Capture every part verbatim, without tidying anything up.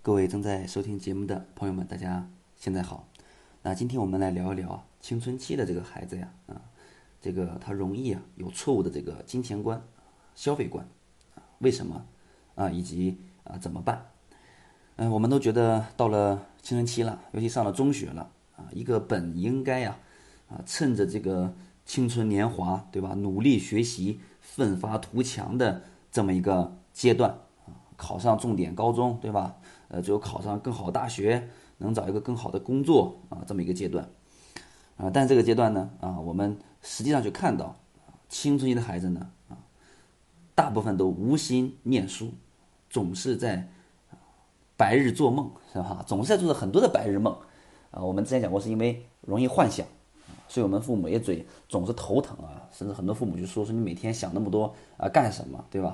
各位正在收听节目的朋友们，大家现在好。那今天我们来聊一聊啊，青春期的这个孩子呀，啊，这个他容易啊有错误的这个金钱观、消费观，为什么啊，以及啊怎么办？嗯，我们都觉得到了青春期了，尤其上了中学了啊，一个本应该呀啊趁着这个青春年华，对吧，努力学习、奋发图强的这么一个阶段啊，考上重点高中，对吧？呃，最后考上更好的大学，能找一个更好的工作啊，这么一个阶段啊。但这个阶段呢，啊，我们实际上去看到，青春期的孩子呢，啊，大部分都无心念书，总是在白日做梦，是吧？总是在做着很多的白日梦啊。我们之前讲过，是因为容易幻想，所以我们父母也嘴总是头疼啊，甚至很多父母就说说你每天想那么多啊干什么，对吧？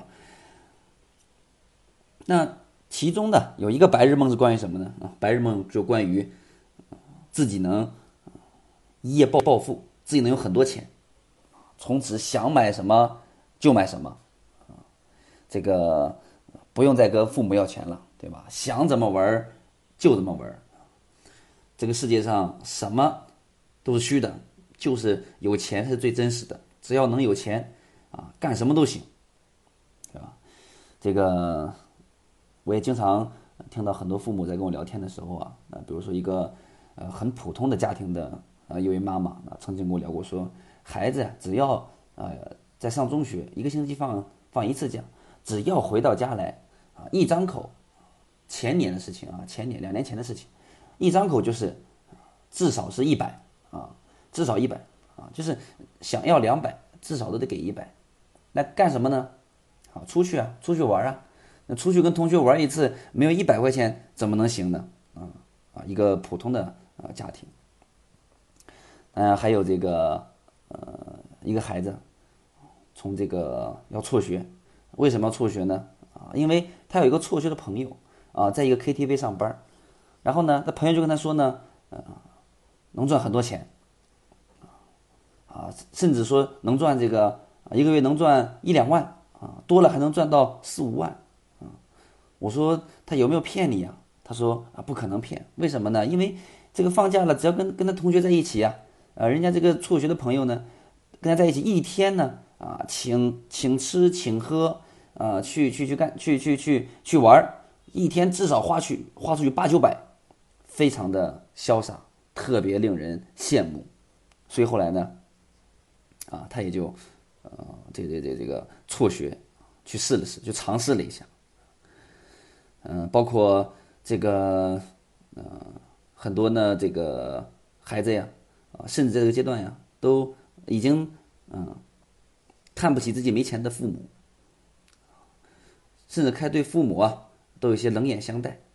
那其中的有一个白日梦是关于什么呢？啊，白日梦就关于自己能一夜暴暴富，自己能有很多钱，从此想买什么就买什么，这个不用再跟父母要钱了，对吧？想怎么玩就怎么玩。这个世界上什么都是虚的，就是有钱是最真实的。只要能有钱啊，干什么都行，对吧？这个我也经常听到很多父母在跟我聊天的时候啊，呃，比如说一个呃很普通的家庭的呃一位妈妈啊，曾经跟我聊过说，孩子呀，只要呃在上中学，一个星期放放一次假，只要回到家来啊，一张口，前年的事情啊，前年两年前的事情，一张口就是至少是一百啊，至少一百啊，就是想要两百，至少都得给一百。那干什么呢？啊，出去啊，出去玩啊。那出去跟同学玩一次，没有一百块钱怎么能行呢？啊啊，一个普通的啊家庭，嗯、呃，还有这个呃一个孩子从这个要辍学，为什么要辍学呢？啊，因为他有一个辍学的朋友啊，在一个 K T V 上班，然后呢，他朋友就跟他说呢，呃，能赚很多钱，啊，甚至说能赚这个一个月能赚一两万啊，多了还能赚到四五万。我说他有没有骗你呀？他说啊，不可能骗，为什么呢？因为这个放假了，只要跟跟他同学在一起呀，呃，人家这个辍学的朋友呢，跟他在一起一天呢，啊，请请吃请喝，啊，去去去干去去去去玩一天至少花去花出去八九百，非常的潇洒，特别令人羡慕。所以后来呢，啊，他也就呃这这这这个辍学去试了试，就尝试了一下。嗯、呃，包括这个呃很多呢这个孩子呀，啊，甚至在这个阶段呀，都已经嗯、呃、看不起自己没钱的父母，甚至开对父母啊都有些冷眼相待，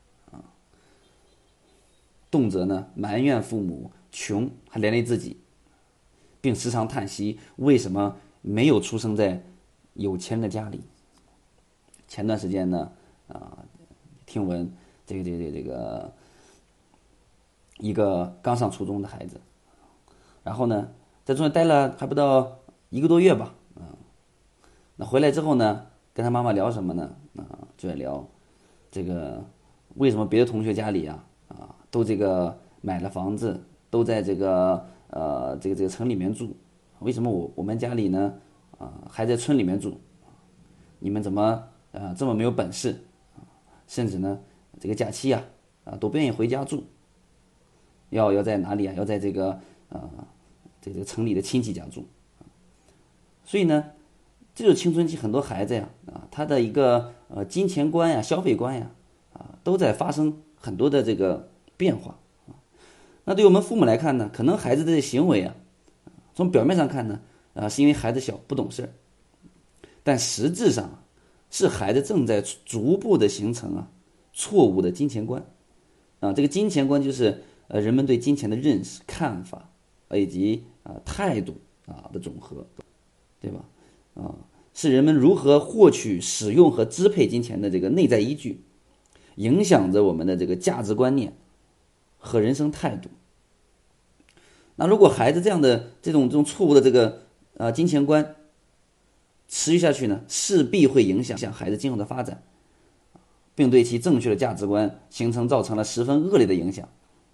动辄呢埋怨父母穷，还连累自己，并时常叹息为什么没有出生在有钱人的家里。前段时间呢，啊、呃，听闻这个这个这个这个一个刚上初中的孩子，然后呢，在中学待了还不到一个多月吧，啊、呃，那回来之后呢，跟他妈妈聊什么呢？啊、呃，就在聊这个为什么别的同学家里啊啊都这个买了房子，都在这个呃这个这个城里面住，为什么我我们家里呢啊、呃、还在村里面住？你们怎么呃这么没有本事？甚至呢这个假期啊啊都不愿意回家住，要要在哪里啊？要在这个呃这个城里的亲戚家住。所以呢，这就是青春期很多孩子呀啊他的一个呃金钱观呀、消费观呀啊都在发生很多的这个变化。那对于我们父母来看呢，可能孩子的行为啊，从表面上看呢，啊是因为孩子小不懂事，但实质上是孩子正在逐步的形成啊错误的金钱观啊。这个金钱观就是呃人们对金钱的认识、看法以及啊态度啊的总和，对吧？啊，是人们如何获取、使用和支配金钱的这个内在依据，影响着我们的这个价值观念和人生态度。那如果孩子这样的这种这种错误的这个呃金钱观持续下去呢，势必会影响孩子今后的发展。 并对其正确的价值观形成造成了十分恶劣的影响。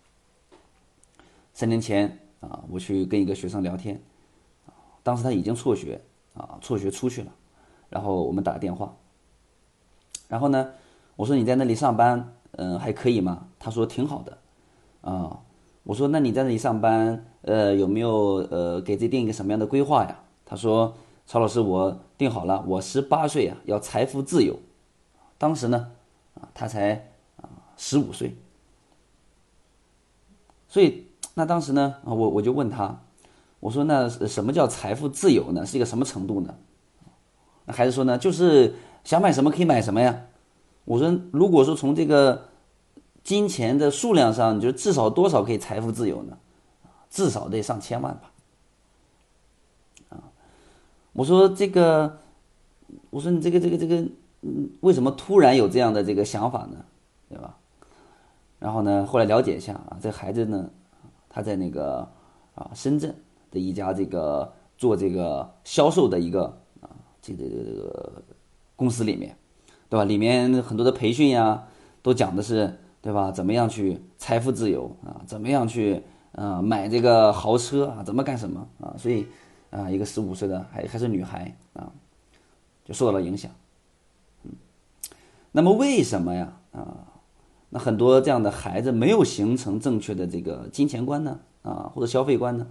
三年前啊，我去跟一个学生聊天，当时他已经辍学啊，辍学出去了，然后我们打电话，然后呢，我说你在那里上班，嗯，还可以吗？他说挺好的，啊，我说那你在那里上班，呃，有没有呃给自己定一个什么样的规划呀？他说曹老师，我定好了，我十八岁啊要财富自由。当时呢，啊，他才啊十五岁，所以那当时呢，啊，我我就问他，我说那什么叫财富自由呢？是一个什么程度呢？那孩子说呢，就是想买什么可以买什么呀。我说如果说从这个金钱的数量上，你就至少多少可以财富自由呢？至少得上千万吧。啊，我说这个，我说你这个这个这个，嗯，为什么突然有这样的这个想法呢？对吧？然后呢，后来了解一下啊，这孩子呢，他在那个啊深圳的一家这个做这个销售的一个啊这个这个这个公司里面，对吧？里面很多的培训呀，都讲的是，对吧？怎么样去财富自由啊？怎么样去啊买这个豪车啊？怎么干什么啊？所以啊，一个十五岁的还还是女孩啊，就受到了影响。嗯，那么为什么呀？啊？那很多这样的孩子没有形成正确的这个金钱观呢，啊，或者消费观呢，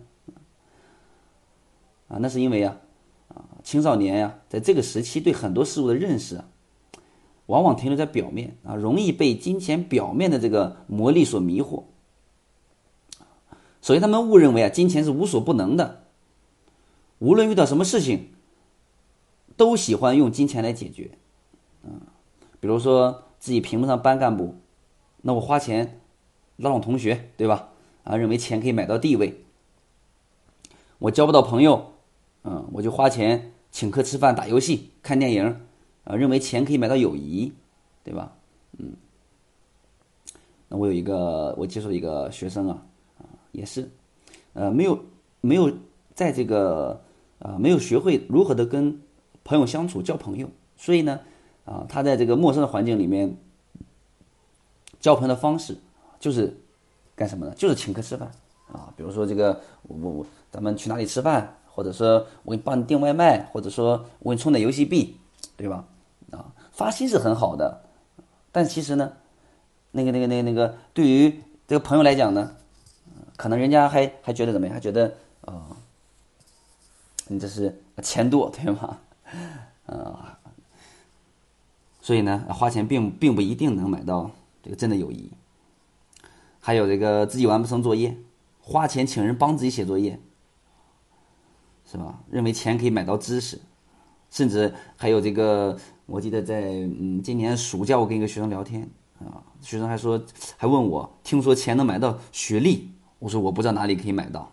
啊，那是因为呀，啊，青少年呀，在这个时期对很多事物的认识啊，往往停留在表面啊，容易被金钱表面的这个魔力所迷惑。首先，他们误认为啊，金钱是无所不能的，无论遇到什么事情，都喜欢用金钱来解决。嗯，比如说自己评不上班干部。那我花钱拉拢同学，对吧？啊，认为钱可以买到地位。我交不到朋友，嗯，我就花钱请客吃饭、打游戏、看电影，啊，认为钱可以买到友谊，对吧？嗯，那我有一个我接触的一个学生啊，啊，也是，呃，没有没有在这个啊，没有学会如何的跟朋友相处、交朋友，所以呢，啊，他在这个陌生的环境里面。交朋友的方式就是干什么呢？就是请客吃饭啊，比如说这个我我我咱们去哪里吃饭，或者说我给你帮你订外卖，或者说我给你充点游戏币，对吧？啊，发心是很好的，但其实呢，那个那个那个那个对于这个朋友来讲呢，可能人家还还觉得怎么样？还觉得啊、呃，你这是钱多，对吗？啊、呃，所以呢，花钱并并不一定能买到这个真的友谊。还有这个自己完不成作业，花钱请人帮自己写作业，是吧？认为钱可以买到知识，甚至还有这个，我记得在嗯今年暑假我跟一个学生聊天啊，学生还说还问我，听说钱能买到学历，我说我不知道哪里可以买到。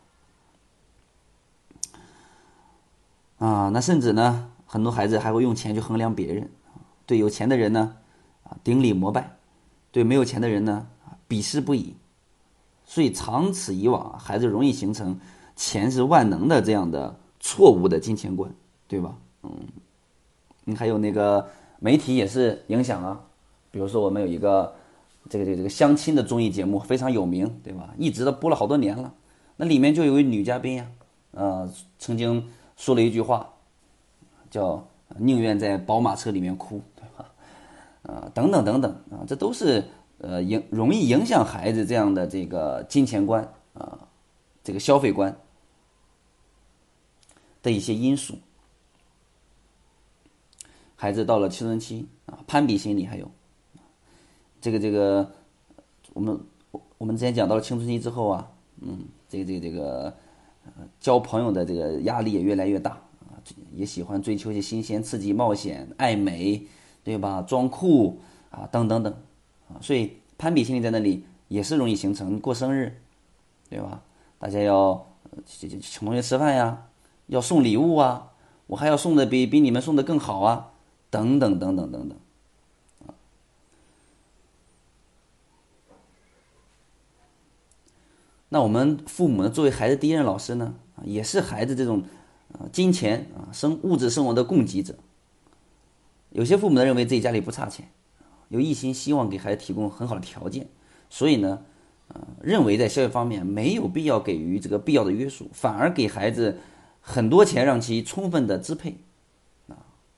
啊，那甚至呢，很多孩子还会用钱去衡量别人，对有钱的人呢，啊顶礼膜拜，对没有钱的人呢，鄙视不已。所以长此以往，孩子容易形成钱是万能的这样的错误的金钱观，对吧？嗯，还有那个媒体也是影响啊，比如说我们有一个这个这个这个相亲的综艺节目非常有名，对吧？一直都播了好多年了。那里面就有一位女嘉宾呀、啊，呃，曾经说了一句话，叫宁愿在宝马车里面哭，对吧？啊、呃，等等等等啊，这都是。呃，影容易影响孩子这样的这个金钱观啊，这个消费观的一些因素。孩子到了青春期啊，攀比心理，还有这个这个，我们我们之前讲到了青春期之后啊，嗯，这个这个这个，呃，交朋友的这个压力也越来越大啊，也喜欢追求一些新鲜、刺激、冒险、爱美，对吧？装酷啊，等等等啊，所以。攀比心理在那里也是容易形成，过生日，对吧？大家要请同学吃饭呀，要送礼物啊，我还要送的比比你们送的更好啊，等等等等等等。那我们父母呢，作为孩子第一任老师呢，也是孩子这种啊金钱啊生物质生活的供给者。有些父母呢认为自己家里不差钱， 又一心希望给孩子提供很好的条件，所以呢，呃，认为在消费方面没有必要给予这个必要的约束，反而给孩子很多钱让其充分的支配啊。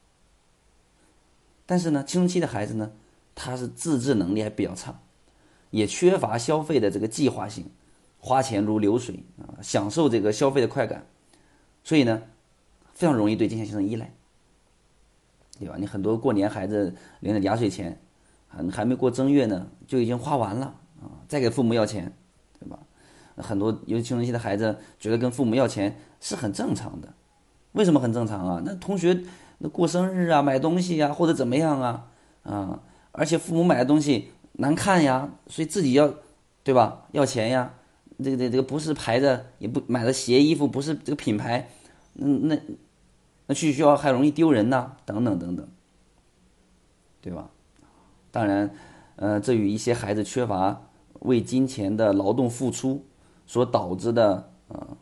但是呢，青春期的孩子呢，他是自制能力还比较差，也缺乏消费的这个计划性，花钱如流水啊，享受这个消费的快感，所以呢，非常容易对金钱形成依赖，对吧？你很多过年孩子领的压岁钱，还还没过正月呢，就已经花完了啊，再给父母要钱，对吧？很多尤其青春期的孩子觉得跟父母要钱是很正常的，为什么很正常啊？那同学那过生日啊，买东西呀、啊，或者怎么样啊啊，而且父母买的东西难看呀，所以自己要，对吧？要钱呀，这个这个这个不是牌子，也不买的鞋衣服不是这个品牌，嗯，那那去学校还容易丢人呐，等等等等，对吧？当然，呃，这与一些孩子缺乏为金钱的劳动付出所导致的呃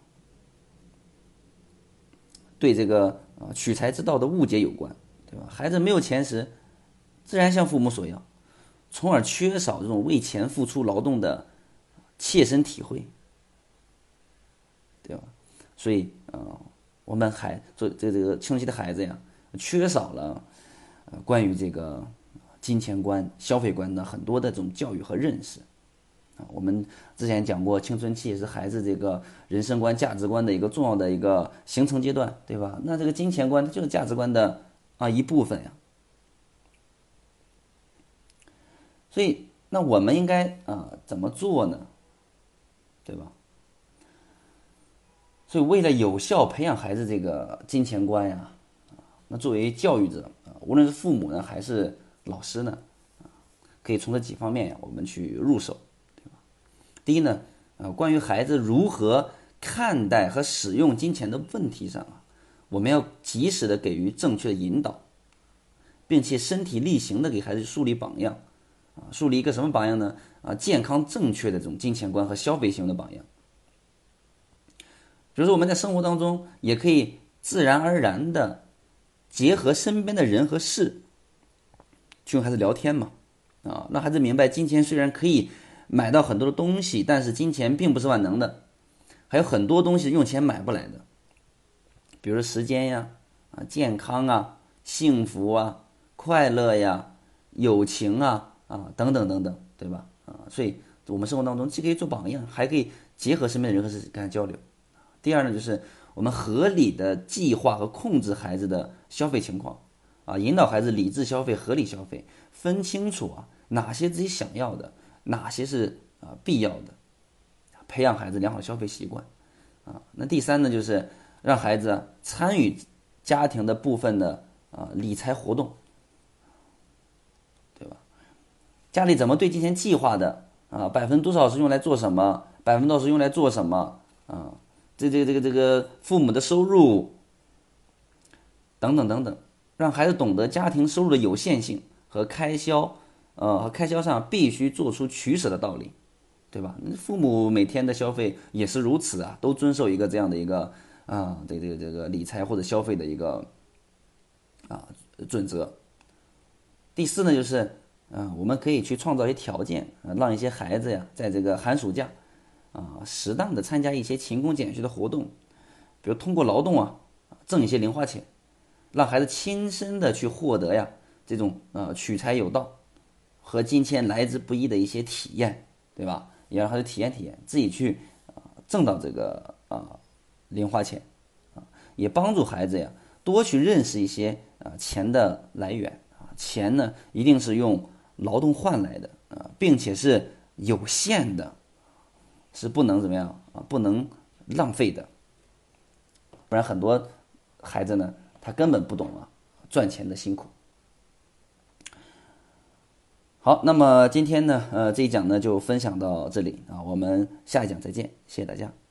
对这个呃取财之道的误解有关，对吧？孩子没有钱时，自然向父母索要，从而缺少这种为钱付出劳动的切身体会，对吧？所以，呃，我们还做这这个青春期的孩子呀，缺少了呃关于这个金钱观、消费观的很多的这种教育和认识啊。我们之前讲过，青春期也是孩子这个人生观、价值观的一个重要的一个形成阶段，对吧？那这个金钱观它就是价值观的啊一部分呀。所以，那我们应该啊怎么做呢？对吧？所以，为了有效培养孩子这个金钱观呀，那作为教育者啊，无论是父母呢还是老师呢，可以从这几方面呀，我们去入手，对吧？第一呢，呃，关于孩子如何看待和使用金钱的问题上啊，我们要及时的给予正确的引导，并且身体力行的给孩子树立榜样啊，树立一个什么榜样呢？啊，健康正确的这种金钱观和消费行为的榜样。比如说我们在生活当中也可以自然而然的结合身边的人和事，去跟孩子聊天嘛，啊，让孩子明白金钱虽然可以买到很多的东西，但是金钱并不是万能的，还有很多东西用钱买不来的，比如说时间呀、啊健康啊、幸福啊、快乐呀、友情啊啊等等等等，对吧？啊，所以我们生活当中既可以做榜样，还可以结合身边的人和事跟他交流。第二呢，就是我们合理的计划和控制孩子的消费情况，啊，引导孩子理智消费、合理消费，分清楚啊哪些自己想要的，哪些是啊必要的，培养孩子良好的消费习惯，啊，那第三呢，就是让孩子参与家庭的部分的啊理财活动，对吧？家里怎么对金钱计划的啊？百分之多少是用来做什么？百分之多少是用来做什么？啊？这这个这个这个父母的收入等等等等，让孩子懂得家庭收入的有限性和开销，呃，和开销上必须做出取舍的道理，对吧？父母每天的消费也是如此啊，都遵守一个这样的一个啊，这个这个这个理财或者消费的一个啊准则。第四呢，就是嗯、呃，我们可以去创造一些条件，呃，让一些孩子呀，在这个寒暑假啊，适当的参加一些勤工俭学的活动，比如通过劳动啊，挣一些零花钱，让孩子亲身的去获得呀这种呃取财有道和金钱来之不易的一些体验，对吧？也让孩子体验体验，自己去啊、呃、挣到这个啊、呃、零花钱啊，也帮助孩子呀多去认识一些啊、呃、钱的来源啊，钱呢一定是用劳动换来的啊，并且是有限的。是不能怎么样啊？不能浪费的，不然很多孩子呢，他根本不懂啊赚钱的辛苦。好，那么今天呢，呃，这一讲呢就分享到这里啊，我们下一讲再见，谢谢大家。